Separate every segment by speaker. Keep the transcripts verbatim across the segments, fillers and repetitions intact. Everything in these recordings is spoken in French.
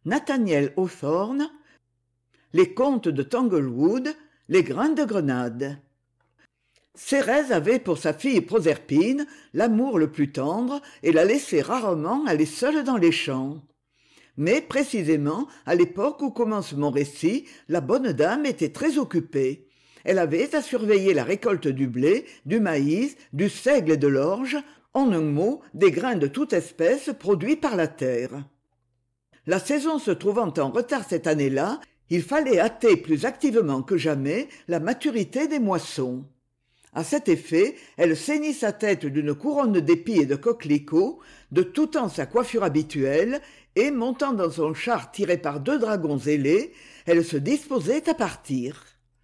Speaker 1: Nathaniel Hawthorne, Les contes de Tanglewood, Les grains de grenade. Cérès avait pour sa fille Proserpine l'amour le plus tendre et la laissait rarement aller seule dans les champs. Mais précisément, à l'époque où commence mon récit, la bonne dame était très occupée. Elle avait à surveiller la récolte du blé, du maïs, du seigle et de l'orge, en un mot, des grains de toute espèce produits par la terre. La saison se trouvant en retard cette année-là, il fallait hâter plus activement que jamais la maturité des moissons. À cet effet, elle ceignit sa tête d'une couronne d'épis et de coquelicots, de tout temps sa coiffure habituelle, et, montant dans son char tiré par deux dragons ailés, elle se disposait à partir.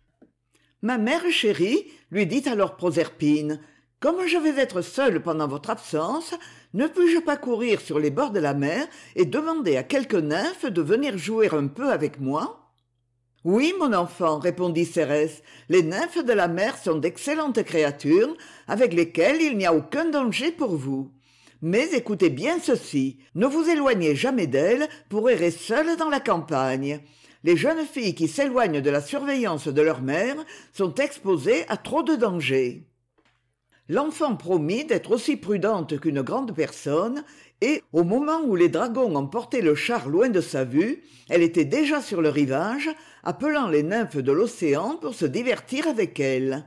Speaker 1: « Ma mère chérie, lui dit alors Proserpine, comme je vais être seule pendant votre absence, ne puis-je pas courir sur les bords de la mer et demander à quelques nymphes de venir jouer un peu avec moi ?» « Oui, mon enfant, répondit Cérès, les nymphes de la mer sont d'excellentes créatures, avec lesquelles il n'y a aucun danger pour vous. Mais écoutez bien ceci, ne vous éloignez jamais d'elles pour errer seule dans la campagne. Les jeunes filles qui s'éloignent de la surveillance de leur mère sont exposées à trop de dangers. » L'enfant promit d'être aussi prudente qu'une grande personne, et, au moment où les dragons emportaient le char loin de sa vue, elle était déjà sur le rivage, appelant les nymphes de l'océan pour se divertir avec elle.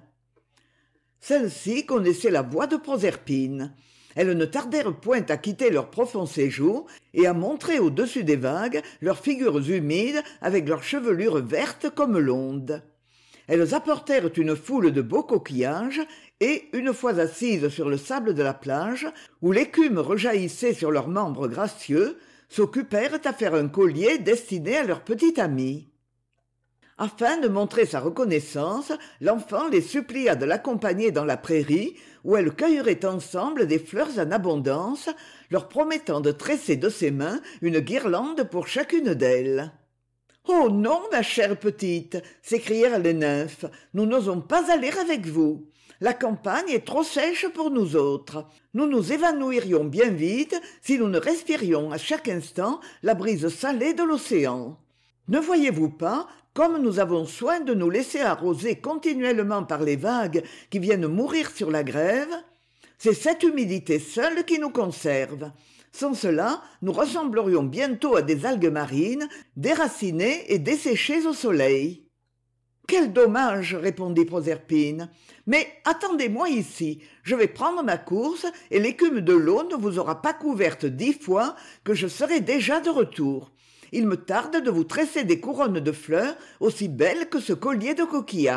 Speaker 1: Celles-ci connaissaient la voix de Proserpine. Elles ne tardèrent point à quitter leur profond séjour et à montrer au-dessus des vagues leurs figures humides avec leurs chevelures vertes comme l'onde. Elles apportèrent une foule de beaux coquillages et, une fois assises sur le sable de la plage, où l'écume rejaillissait sur leurs membres gracieux, s'occupèrent à faire un collier destiné à leur petite amie. Afin de montrer sa reconnaissance, l'enfant les supplia de l'accompagner dans la prairie, où elles cueilleraient ensemble des fleurs en abondance, leur promettant de tresser de ses mains une guirlande pour chacune d'elles. « Oh non, ma chère petite !» s'écrièrent les nymphes, « nous n'osons pas aller avec vous. La campagne est trop sèche pour nous autres. Nous nous évanouirions bien vite si nous ne respirions à chaque instant la brise salée de l'océan. Ne voyez-vous pas comme nous avons soin de nous laisser arroser continuellement par les vagues qui viennent mourir sur la grève? C'est cette humidité seule qui nous conserve. Sans cela, nous ressemblerions bientôt à des algues marines, déracinées et desséchées au soleil. » « Quel dommage !» répondit Proserpine. « Mais attendez-moi ici, je vais prendre ma course et l'écume de l'eau ne vous aura pas couverte dix fois que je serai déjà de retour. Il me tarde de vous tresser des couronnes de fleurs aussi belles que ce collier de coquillages. »«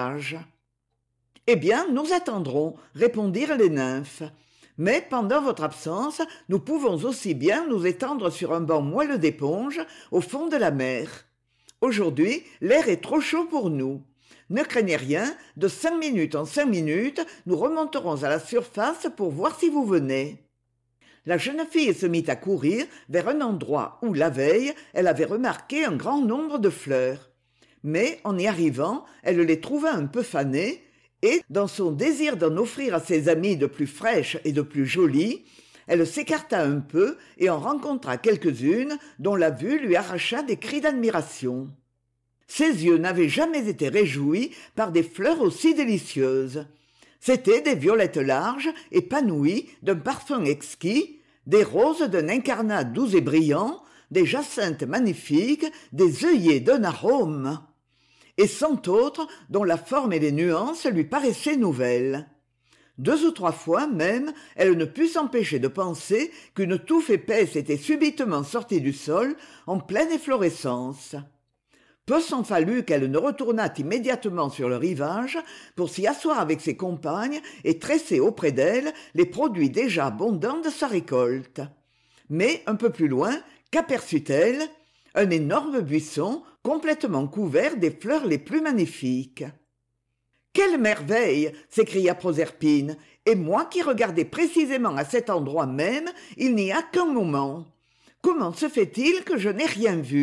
Speaker 1: Eh bien, nous attendrons, » répondirent les nymphes. « Mais pendant votre absence, nous pouvons aussi bien nous étendre sur un banc moelleux d'éponge au fond de la mer. Aujourd'hui, l'air est trop chaud pour nous. Ne craignez rien, de cinq minutes en cinq minutes, nous remonterons à la surface pour voir si vous venez. » La jeune fille se mit à courir vers un endroit où, la veille, elle avait remarqué un grand nombre de fleurs. Mais, en y arrivant, elle les trouva un peu fanées, et, dans son désir d'en offrir à ses amies de plus fraîches et de plus jolies, elle s'écarta un peu et en rencontra quelques-unes dont la vue lui arracha des cris d'admiration. Ses yeux n'avaient jamais été réjouis par des fleurs aussi délicieuses. C'étaient des violettes larges, épanouies, d'un parfum exquis, des roses d'un incarnat doux et brillant, des jacinthes magnifiques, des œillets d'un arôme, et cent autres dont la forme et les nuances lui paraissaient nouvelles. Deux ou trois fois même, elle ne put s'empêcher de penser qu'une touffe épaisse était subitement sortie du sol en pleine efflorescence. Peu s'en fallut qu'elle ne retournât immédiatement sur le rivage pour s'y asseoir avec ses compagnes et tresser auprès d'elle les produits déjà abondants de sa récolte. Mais un peu plus loin, qu'aperçut-elle ? Un énorme buisson complètement couvert des fleurs les plus magnifiques. « Quelle merveille !» s'écria Proserpine. « Et moi qui regardais précisément à cet endroit même, il n'y a qu'un moment. Comment se fait-il que je n'ai rien vu ?»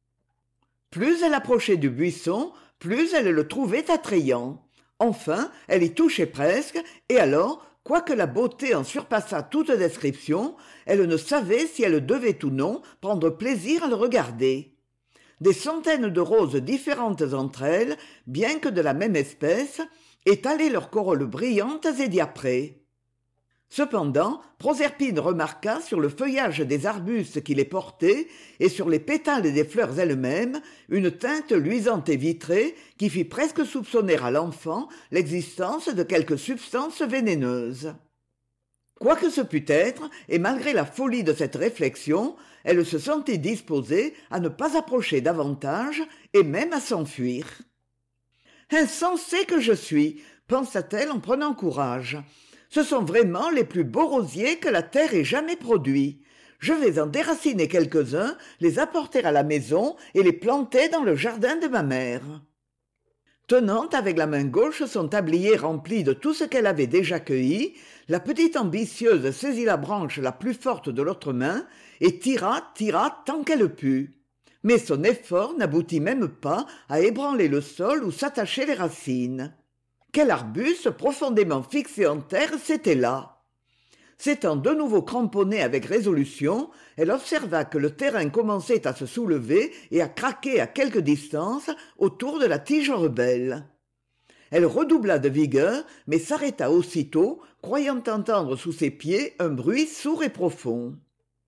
Speaker 1: Plus elle approchait du buisson, plus elle le trouvait attrayant. Enfin, elle y touchait presque, et alors, Quoique la beauté en surpassât toute description, elle ne savait si elle devait ou non prendre plaisir à le regarder. Des centaines de roses différentes entre elles, bien que de la même espèce, étalaient leurs corolles brillantes et diaprées. Cependant, Proserpine remarqua sur le feuillage des arbustes qui les portaient et sur les pétales des fleurs elles-mêmes une teinte luisante et vitrée qui fit presque soupçonner à l'enfant l'existence de quelque substance vénéneuse. Quoi que ce pût être, et malgré la folie de cette réflexion, elle se sentit disposée à ne pas approcher davantage et même à s'enfuir. « Insensée que je suis !» pensa-t-elle en prenant courage. « Ce sont vraiment les plus beaux rosiers que la terre ait jamais produits. Je vais en déraciner quelques-uns, les apporter à la maison et les planter dans le jardin de ma mère. » Tenant avec la main gauche son tablier rempli de tout ce qu'elle avait déjà cueilli, la petite ambitieuse saisit la branche la plus forte de l'autre main et tira, tira tant qu'elle put. Mais son effort n'aboutit même pas à ébranler le sol où s'attachaient les racines. Quel arbuste profondément fixé en terre c'était là! S'étant de nouveau cramponnée avec résolution, elle observa que le terrain commençait à se soulever et à craquer à quelque distance autour de la tige rebelle. Elle redoubla de vigueur, mais s'arrêta aussitôt, croyant entendre sous ses pieds un bruit sourd et profond.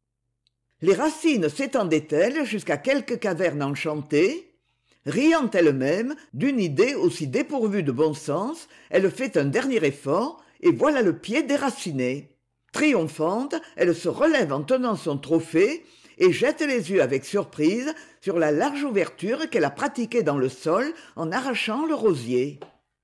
Speaker 1: Les racines s'étendaient-elles jusqu'à quelque caverne enchantée? Riant elle-même d'une idée aussi dépourvue de bon sens, elle fait un dernier effort, et voilà le pied déraciné. Triomphante, elle se relève en tenant son trophée et jette les yeux avec surprise sur la large ouverture qu'elle a pratiquée dans le sol en arrachant le rosier.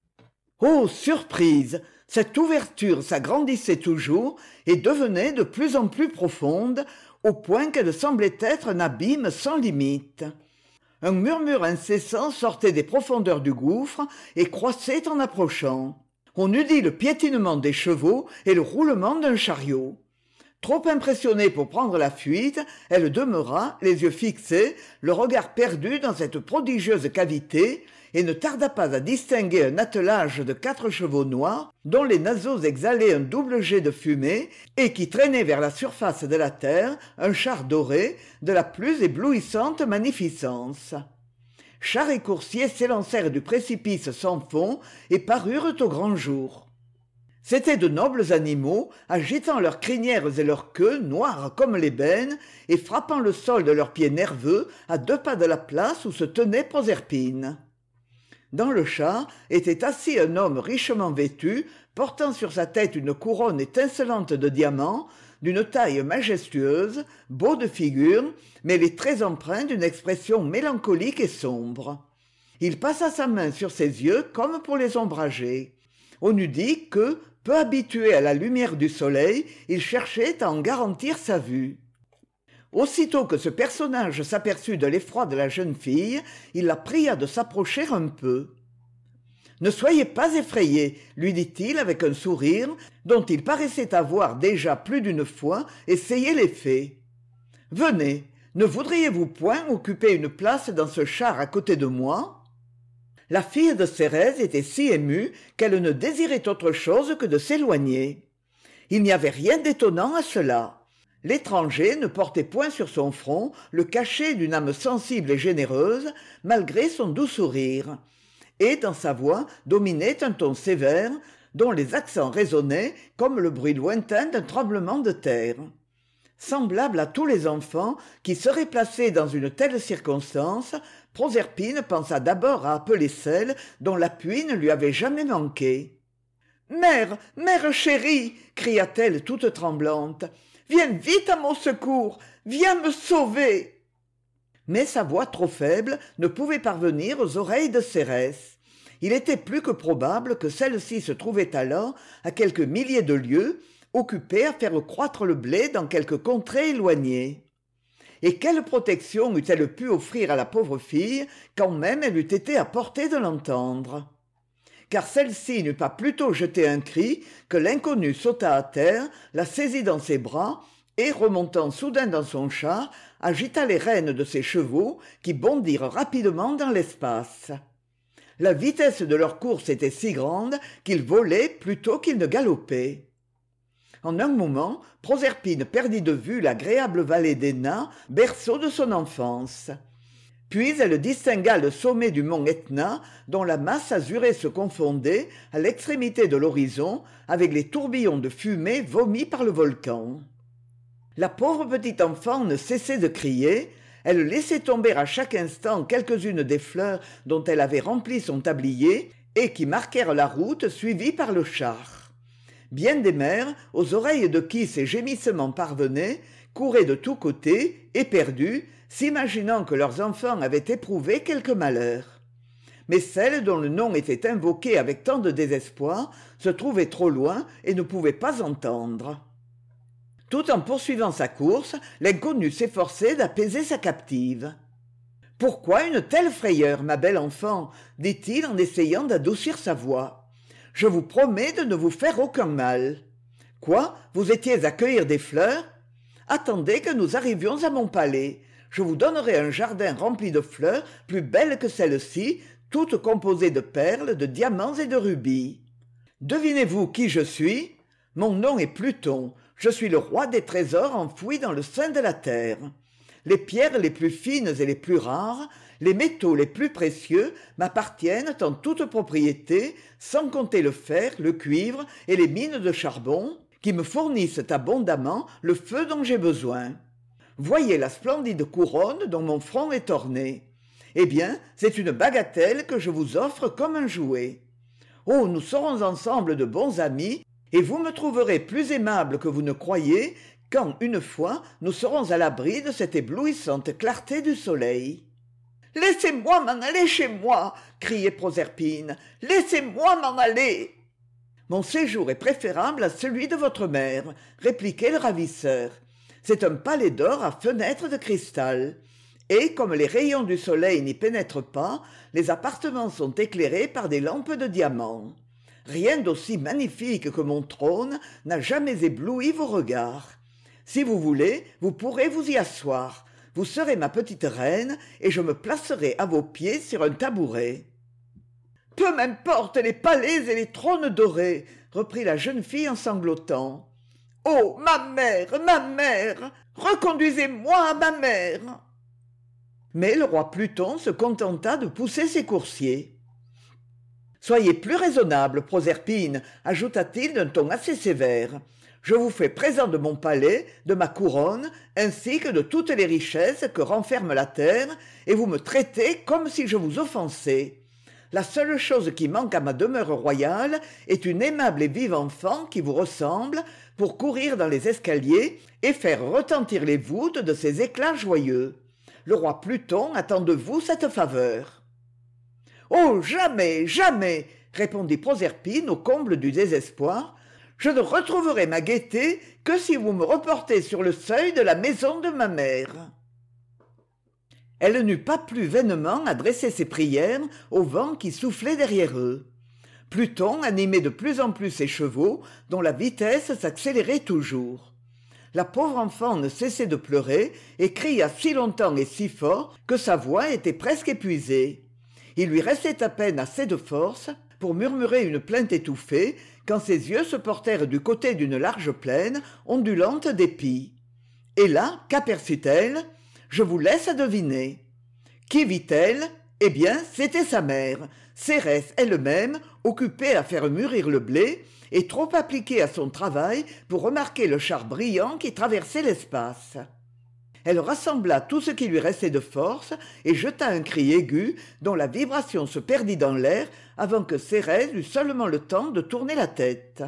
Speaker 1: Oh, surprise! Cette ouverture s'agrandissait toujours et devenait de plus en plus profonde, au point qu'elle semblait être un abîme sans limite. Un murmure incessant sortait des profondeurs du gouffre et croissait en approchant. On eût dit le piétinement des chevaux et le roulement d'un chariot. Trop impressionnée pour prendre la fuite, elle demeura, les yeux fixés, le regard perdu dans cette prodigieuse cavité, et ne tarda pas à distinguer un attelage de quatre chevaux noirs, dont les naseaux exhalaient un double jet de fumée, et qui traînait vers la surface de la terre un char doré de la plus éblouissante magnificence. Char et coursier s'élancèrent du précipice sans fond et parurent au grand jour. C'étaient de nobles animaux, agitant leurs crinières et leurs queues noires comme l'ébène et frappant le sol de leurs pieds nerveux à deux pas de la place où se tenait Proserpine. Dans le char était assis un homme richement vêtu, portant sur sa tête une couronne étincelante de diamants, d'une taille majestueuse, beau de figure, mais les traits empreints d'une expression mélancolique et sombre. Il passa sa main sur ses yeux comme pour les ombrager. On eût dit que, peu habitué à la lumière du soleil, il cherchait à en garantir sa vue. Aussitôt que ce personnage s'aperçut de l'effroi de la jeune fille, il la pria de s'approcher un peu. « Ne soyez pas effrayée, lui dit-il avec un sourire dont il paraissait avoir déjà plus d'une fois essayé l'effet. « Venez, ne voudriez-vous point occuper une place dans ce char à côté de moi ?» La fille de Cérès était si émue qu'elle ne désirait autre chose que de s'éloigner. Il n'y avait rien d'étonnant à cela. L'étranger ne portait point sur son front le cachet d'une âme sensible et généreuse, malgré son doux sourire, et dans sa voix dominait un ton sévère, dont les accents résonnaient comme le bruit lointain d'un tremblement de terre. Semblable à tous les enfants qui seraient placés dans une telle circonstance, Proserpine pensa d'abord à appeler celle dont l'appui ne lui avait jamais manqué. « Mère, mère chérie !» cria-t-elle toute tremblante. « Viens vite à mon secours, viens me sauver !» Mais sa voix trop faible ne pouvait parvenir aux oreilles de Cérès. Il était plus que probable que celle-ci se trouvait alors à quelques milliers de lieues, occupée à faire croître le blé dans quelque contrée éloignée. Et quelle protection eût-elle pu offrir à la pauvre fille quand même elle eût été à portée de l'entendre? Car celle-ci n'eut pas plutôt jeté un cri que l'inconnu sauta à terre, la saisit dans ses bras et, remontant soudain dans son char, agita les rênes de ses chevaux qui bondirent rapidement dans l'espace. La vitesse de leur course était si grande qu'ils volaient plutôt qu'ils ne galopaient. En un moment, Proserpine perdit de vue l'agréable vallée d'Héna, berceau de son enfance. Puis elle distingua le sommet du mont Etna, dont la masse azurée se confondait, à l'extrémité de l'horizon, avec les tourbillons de fumée vomis par le volcan. La pauvre petite enfant ne cessait de crier, elle laissait tomber à chaque instant quelques-unes des fleurs dont elle avait rempli son tablier et qui marquèrent la route suivie par le char. Bien des mères, aux oreilles de qui ces gémissements parvenaient, couraient de tous côtés, éperdues, s'imaginant que leurs enfants avaient éprouvé quelque malheur. Mais celle dont le nom était invoqué avec tant de désespoir se trouvait trop loin et ne pouvait pas entendre. Tout en poursuivant sa course, l'inconnu s'efforçait d'apaiser sa captive. « Pourquoi une telle frayeur, ma belle enfant ?» dit-il en essayant d'adoucir sa voix. « Je vous promets de ne vous faire aucun mal. Quoi, vous étiez à cueillir des fleurs ? Attendez que nous arrivions à mon palais. Je vous donnerai un jardin rempli de fleurs plus belles que celles-ci, toutes composées de perles, de diamants et de rubis. Devinez-vous qui je suis ? Mon nom est Pluton. Je suis le roi des trésors enfouis dans le sein de la terre. Les pierres les plus fines et les plus rares, les métaux les plus précieux m'appartiennent en toute propriété, sans compter le fer, le cuivre et les mines de charbon, qui me fournissent abondamment le feu dont j'ai besoin. Voyez la splendide couronne dont mon front est orné. Eh bien, c'est une bagatelle que je vous offre comme un jouet. Oh, nous serons ensemble de bons amis, et vous me trouverez plus aimable que vous ne croyez quand, une fois, nous serons à l'abri de cette éblouissante clarté du soleil. « Laissez-moi m'en aller chez moi !» criait Proserpine. « Laissez-moi m'en aller !»« Mon séjour est préférable à celui de votre mère, » répliquait le ravisseur. « C'est un palais d'or à fenêtres de cristal. Et, comme les rayons du soleil n'y pénètrent pas, les appartements sont éclairés par des lampes de diamants. Rien d'aussi magnifique que mon trône n'a jamais ébloui vos regards. Si vous voulez, vous pourrez vous y asseoir. Vous serez ma petite reine et je me placerai à vos pieds sur un tabouret. »« Peu m'importe les palais et les trônes dorés, » reprit la jeune fille en sanglotant. « Oh, ma mère, ma mère, reconduisez-moi à ma mère !» Mais le roi Pluton se contenta de pousser ses coursiers. « Soyez plus raisonnable, Proserpine, » ajouta-t-il d'un ton assez sévère. « Je vous fais présent de mon palais, de ma couronne, ainsi que de toutes les richesses que renferme la terre, et vous me traitez comme si je vous offensais. La seule chose qui manque à ma demeure royale est une aimable et vive enfant qui vous ressemble pour courir dans les escaliers et faire retentir les voûtes de ses éclats joyeux. Le roi Pluton attend de vous cette faveur. » « Oh, jamais, jamais !» répondit Proserpine au comble du désespoir. « Je ne retrouverai ma gaieté que si vous me reportez sur le seuil de la maison de ma mère. » Elle n'eut pas plus vainement adressé ses prières au vent qui soufflait derrière eux. Pluton animait de plus en plus ses chevaux, dont la vitesse s'accélérait toujours. La pauvre enfant ne cessait de pleurer et cria si longtemps et si fort que sa voix était presque épuisée. Il lui restait à peine assez de force pour murmurer une plainte étouffée quand ses yeux se portèrent du côté d'une large plaine ondulante d'épis. Et là, qu'aperçut-elle ? Je vous laisse deviner. Qui vit-elle ? Eh bien, c'était sa mère, Cérès elle-même, occupée à faire mûrir le blé et trop appliquée à son travail pour remarquer le char brillant qui traversait l'espace. Elle rassembla tout ce qui lui restait de force et jeta un cri aigu dont la vibration se perdit dans l'air avant que Cérès eût seulement le temps de tourner la tête.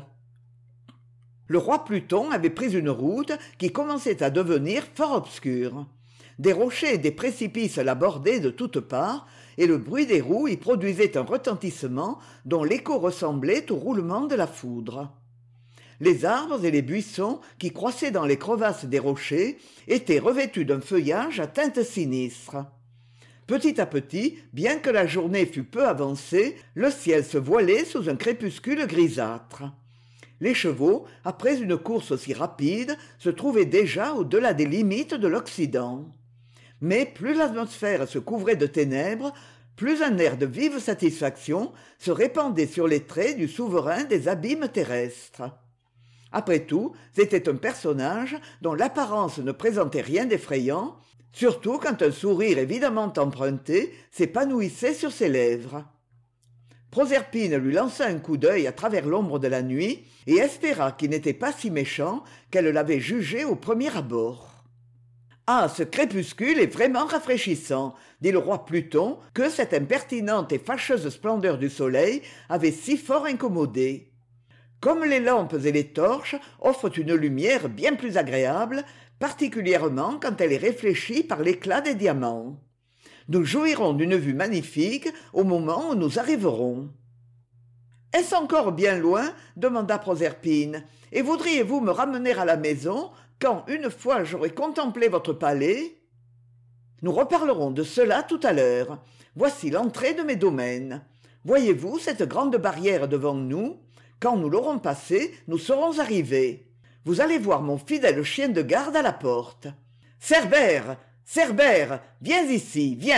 Speaker 1: Le roi Pluton avait pris une route qui commençait à devenir fort obscure. Des rochers et des précipices la bordaient de toutes parts, et le bruit des roues y produisait un retentissement dont l'écho ressemblait au roulement de la foudre. Les arbres et les buissons qui croissaient dans les crevasses des rochers étaient revêtus d'un feuillage à teintes sinistres. Petit à petit, bien que la journée fût peu avancée, le ciel se voilait sous un crépuscule grisâtre. Les chevaux, après une course aussi rapide, se trouvaient déjà au-delà des limites de l'Occident. Mais plus l'atmosphère se couvrait de ténèbres, plus un air de vive satisfaction se répandait sur les traits du souverain des abîmes terrestres. Après tout, c'était un personnage dont l'apparence ne présentait rien d'effrayant, surtout quand un sourire évidemment emprunté s'épanouissait sur ses lèvres. Proserpine lui lança un coup d'œil à travers l'ombre de la nuit et espéra qu'il n'était pas si méchant qu'elle l'avait jugé au premier abord. « Ah, ce crépuscule est vraiment rafraîchissant !» dit le roi Pluton, que cette impertinente et fâcheuse splendeur du soleil avait si fort incommodé. Comme les lampes et les torches offrent une lumière bien plus agréable, particulièrement quand elle est réfléchie par l'éclat des diamants. Nous jouirons d'une vue magnifique au moment où nous arriverons. « Est-ce encore bien loin ?» demanda Proserpine. « Et voudriez-vous me ramener à la maison quand, une fois, j'aurai contemplé votre palais ? Nous reparlerons de cela tout à l'heure. Voici l'entrée de mes domaines. Voyez-vous cette grande barrière devant nous ? Quand nous l'aurons passée, nous serons arrivés. Vous allez voir mon fidèle chien de garde à la porte. Cerbère ! Cerbère ! Viens ici, viens !»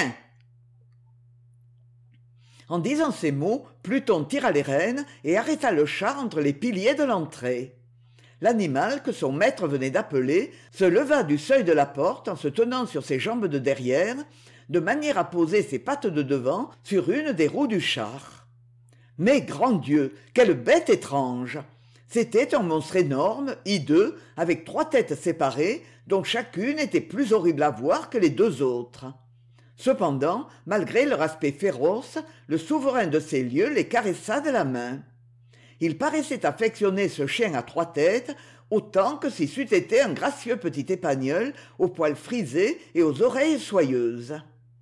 Speaker 1: En disant ces mots, Pluton tira les rênes et arrêta le chat entre les piliers de l'entrée. L'animal, que son maître venait d'appeler, se leva du seuil de la porte en se tenant sur ses jambes de derrière, de manière à poser ses pattes de devant sur une des roues du char. Mais, grand Dieu, quelle bête étrange! C'était un monstre énorme, hideux, avec trois têtes séparées, dont chacune était plus horrible à voir que les deux autres. Cependant, malgré leur aspect féroce, le souverain de ces lieux les caressa de la main. Il paraissait affectionner ce chien à trois têtes autant que si c'eût été un gracieux petit épagneul aux poils frisés et aux oreilles soyeuses.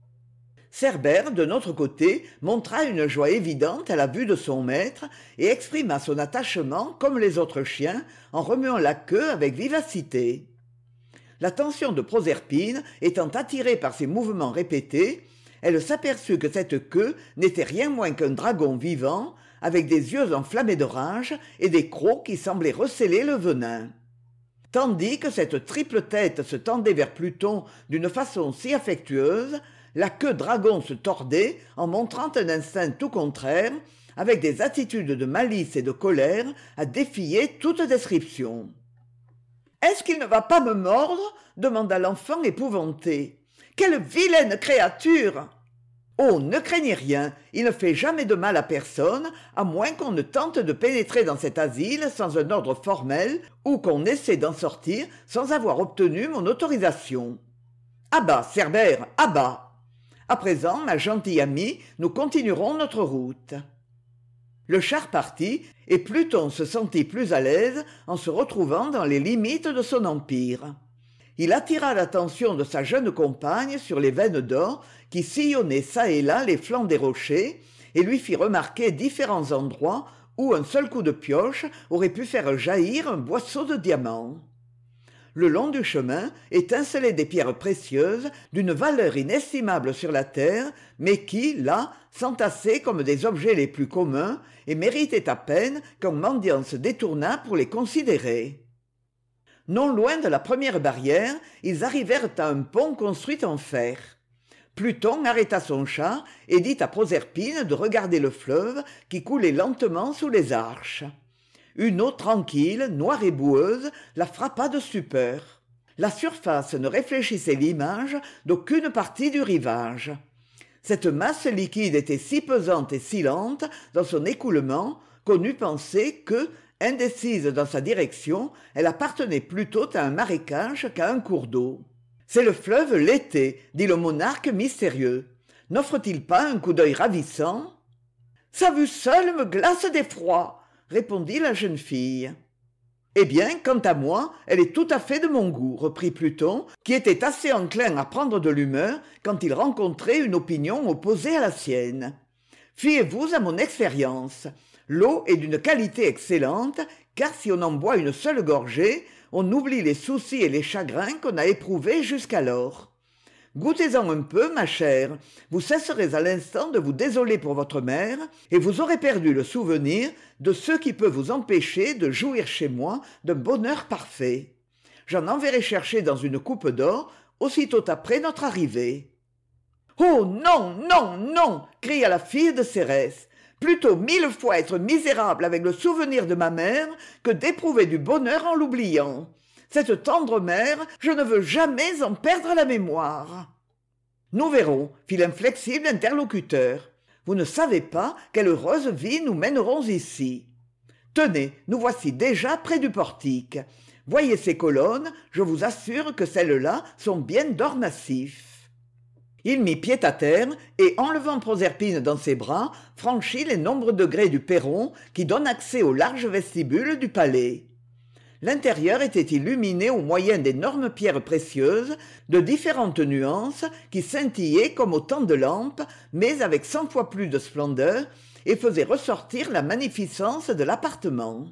Speaker 1: Cerbère, de notre côté, montra une joie évidente à la vue de son maître et exprima son attachement comme les autres chiens en remuant la queue avec vivacité. L'attention de Proserpine étant attirée par ces mouvements répétés, elle s'aperçut que cette queue n'était rien moins qu'un dragon vivant, avec des yeux enflammés de rage et des crocs qui semblaient receler le venin. Tandis que cette triple tête se tendait vers Pluton d'une façon si affectueuse, la queue dragon se tordait en montrant un instinct tout contraire, avec des attitudes de malice et de colère à défier toute description. « Est-ce qu'il ne va pas me mordre ?» demanda l'enfant épouvanté. « Quelle vilaine créature !» « Oh, ne craignez rien, il ne fait jamais de mal à personne, à moins qu'on ne tente de pénétrer dans cet asile sans un ordre formel ou qu'on essaie d'en sortir sans avoir obtenu mon autorisation. À bas, Cerbère, à bas. À présent, ma gentille amie, nous continuerons notre route. » Le char partit, et Pluton se sentit plus à l'aise en se retrouvant dans les limites de son empire. Il attira l'attention de sa jeune compagne sur les veines d'or qui sillonnaient çà et là les flancs des rochers et lui fit remarquer différents endroits où un seul coup de pioche aurait pu faire jaillir un boisseau de diamants. Le long du chemin étincelaient des pierres précieuses d'une valeur inestimable sur la terre, mais qui, là, s'entassaient comme des objets les plus communs et méritaient à peine qu'un mendiant se détournât pour les considérer. Non loin de la première barrière, ils arrivèrent à un pont construit en fer. Pluton arrêta son char et dit à Proserpine de regarder le fleuve qui coulait lentement sous les arches. Une eau tranquille, noire et boueuse, la frappa de stupeur. La surface ne réfléchissait l'image d'aucune partie du rivage. Cette masse liquide était si pesante et si lente dans son écoulement qu'on eût pensé que, indécise dans sa direction, elle appartenait plutôt à un marécage qu'à un cours d'eau. « C'est le fleuve Léthé, » dit le monarque mystérieux. « N'offre-t-il pas un coup d'œil ravissant ?»« Sa vue seule me glace d'effroi, » répondit la jeune fille. « Eh bien, quant à moi, elle est tout à fait de mon goût, » reprit Pluton, qui était assez enclin à prendre de l'humeur quand il rencontrait une opinion opposée à la sienne. « Fiez-vous à mon expérience. L'eau est d'une qualité excellente, car si on en boit une seule gorgée, on oublie les soucis et les chagrins qu'on a éprouvés jusqu'alors. Goûtez-en un peu, ma chère, vous cesserez à l'instant de vous désoler pour votre mère, et vous aurez perdu le souvenir de ce qui peut vous empêcher de jouir chez moi d'un bonheur parfait. J'en enverrai chercher dans une coupe d'or, aussitôt après notre arrivée. »« Oh non, non, non !» cria la fille de Cérès. Plutôt mille fois être misérable avec le souvenir de ma mère que d'éprouver du bonheur en l'oubliant. Cette tendre mère, je ne veux jamais en perdre la mémoire. Nous verrons, fit l'inflexible interlocuteur. Vous ne savez pas quelle heureuse vie nous mènerons ici. Tenez, nous voici déjà près du portique. Voyez ces colonnes, je vous assure que celles-là sont bien d'or massif. Il mit pied à terre et, enlevant Proserpine dans ses bras, franchit les nombreux degrés du perron qui donnent accès au large vestibule du palais. L'intérieur était illuminé au moyen d'énormes pierres précieuses de différentes nuances qui scintillaient comme autant de lampes, mais avec cent fois plus de splendeur, et faisaient ressortir la magnificence de l'appartement.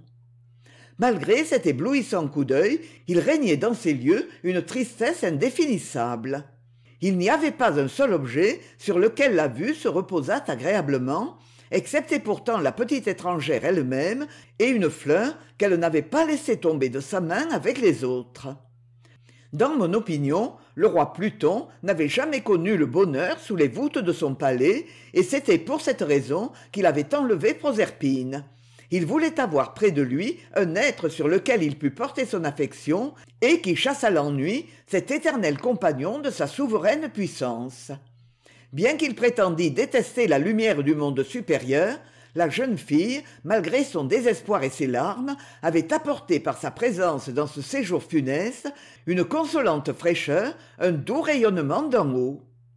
Speaker 1: Malgré cet éblouissant coup d'œil, il régnait dans ces lieux une tristesse indéfinissable. Il n'y avait pas un seul objet sur lequel la vue se reposât agréablement, excepté pourtant la petite étrangère elle-même et une fleur qu'elle n'avait pas laissé tomber de sa main avec les autres. Dans mon opinion, le roi Pluton n'avait jamais connu le bonheur sous les voûtes de son palais, et c'était pour cette raison qu'il avait enlevé Proserpine. Il voulait avoir près de lui un être sur lequel il pût porter son affection et qui chassât l'ennui, cet éternel compagnon de sa souveraine puissance. Bien qu'il prétendît détester la lumière du monde supérieur, la jeune fille, malgré son désespoir et ses larmes, avait apporté par sa présence dans ce séjour funeste une consolante fraîcheur, un doux rayonnement d'en haut.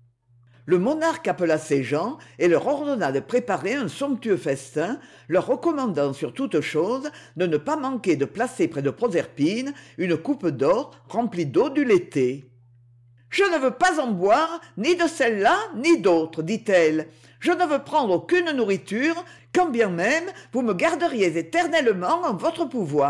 Speaker 1: Le monarque appela ses gens et leur ordonna de préparer un somptueux festin, leur recommandant sur toute chose de ne pas manquer de placer près de Proserpine une coupe d'or remplie d'eau du lait. « Je ne veux pas en boire, ni de celle-là, ni d'autre, dit-elle. Je ne veux prendre aucune nourriture, quand bien même vous me garderiez éternellement en votre pouvoir. »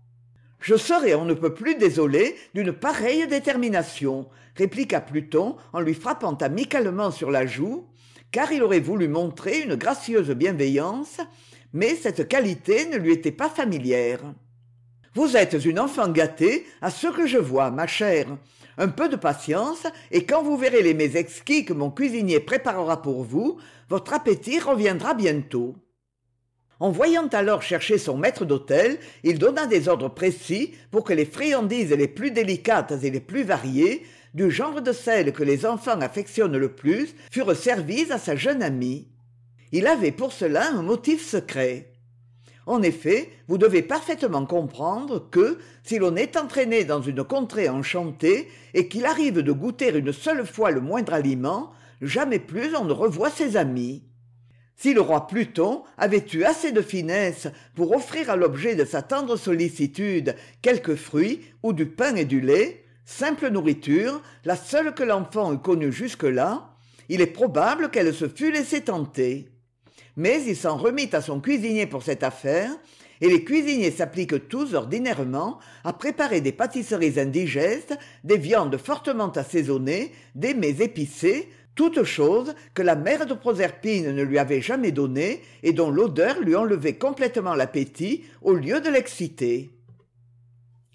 Speaker 1: Je serais on ne peut plus désolé d'une pareille détermination, répliqua Pluton en lui frappant amicalement sur la joue, car il aurait voulu montrer une gracieuse bienveillance, mais cette qualité ne lui était pas familière. « Vous êtes une enfant gâtée, à ce que je vois, ma chère. Un peu de patience, et quand vous verrez les mets exquis que mon cuisinier préparera pour vous, votre appétit reviendra bientôt. » En voyant alors chercher son maître d'hôtel, il donna des ordres précis pour que les friandises les plus délicates et les plus variées, du genre de celles que les enfants affectionnent le plus, furent servies à sa jeune amie. Il avait pour cela un motif secret. En effet, vous devez parfaitement comprendre que, si l'on est entraîné dans une contrée enchantée et qu'il arrive de goûter une seule fois le moindre aliment, jamais plus on ne revoit ses amis. Si le roi Pluton avait eu assez de finesse pour offrir à l'objet de sa tendre sollicitude quelques fruits ou du pain et du lait, simple nourriture, la seule que l'enfant eût connue jusque-là, il est probable qu'elle se fût laissée tenter. Mais il s'en remit à son cuisinier pour cette affaire, et les cuisiniers s'appliquent tous ordinairement à préparer des pâtisseries indigestes, des viandes fortement assaisonnées, des mets épicés, toutes choses que la mère de Proserpine ne lui avait jamais données et dont l'odeur lui enlevait complètement l'appétit au lieu de l'exciter.